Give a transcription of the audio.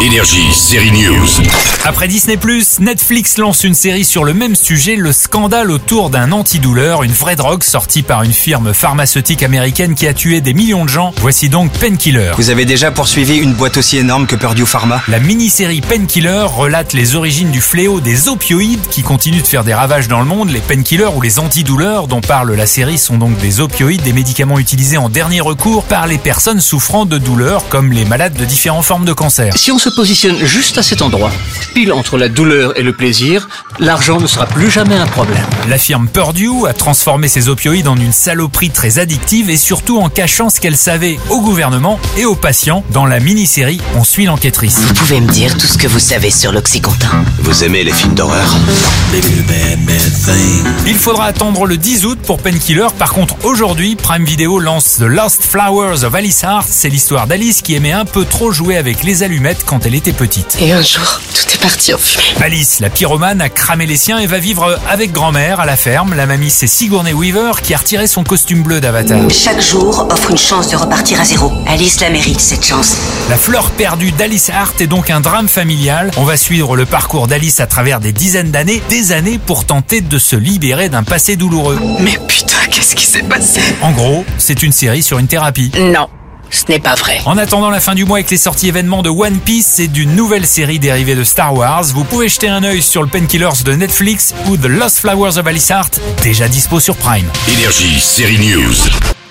Énergie, série News. Après Disney+, Netflix lance une série sur le même sujet, le scandale autour d'un antidouleur, une vraie drogue sortie par une firme pharmaceutique américaine qui a tué des millions de gens. Voici donc Painkiller. Vous avez déjà poursuivi une boîte aussi énorme que Purdue Pharma? La mini-série Painkiller relate les origines du fléau des opioïdes qui continuent de faire des ravages dans le monde. Les painkillers ou les antidouleurs dont parle la série sont donc des opioïdes, des médicaments utilisés en dernier recours par les personnes souffrant de douleurs comme les malades de différentes formes de cancer. Si on se positionne juste à cet endroit, pile entre la douleur et le plaisir, l'argent ne sera plus jamais un problème. La firme Purdue a transformé ces opioïdes en une saloperie très addictive et surtout en cachant ce qu'elle savait au gouvernement et aux patients. Dans la mini-série, on suit l'enquêtrice. Vous pouvez me dire tout ce que vous savez sur l'Oxycontin? Vous aimez les films d'horreur? Il faudra attendre le 10 août pour Painkiller. Par contre, aujourd'hui, Prime Video lance The Lost Flowers of Alice Hart. C'est l'histoire d'Alice qui aimait un peu trop jouer avec les allumettes quand elle était petite. Et un jour, tout est parti en fumée. Alice, la pyromane, a cramé les siens et va vivre avec grand-mère à la ferme. La mamie, c'est Sigourney Weaver qui a retiré son costume bleu d'Avatar. Chaque jour offre une chance de repartir à zéro. Alice la mérite, cette chance. La fleur perdue d'Alice Hart est donc un drame familial. On va suivre le parcours d'Alice à travers des années pour tenter de se libérer d'un passé douloureux. Mais putain, qu'est-ce qui s'est passé? En gros, c'est une série sur une thérapie. Non, ce n'est pas vrai. En attendant la fin du mois avec les sorties événements de One Piece et d'une nouvelle série dérivée de Star Wars, vous pouvez jeter un œil sur le Painkillers de Netflix ou The Lost Flowers of Alice Hart, déjà dispo sur Prime. Énergie, série News.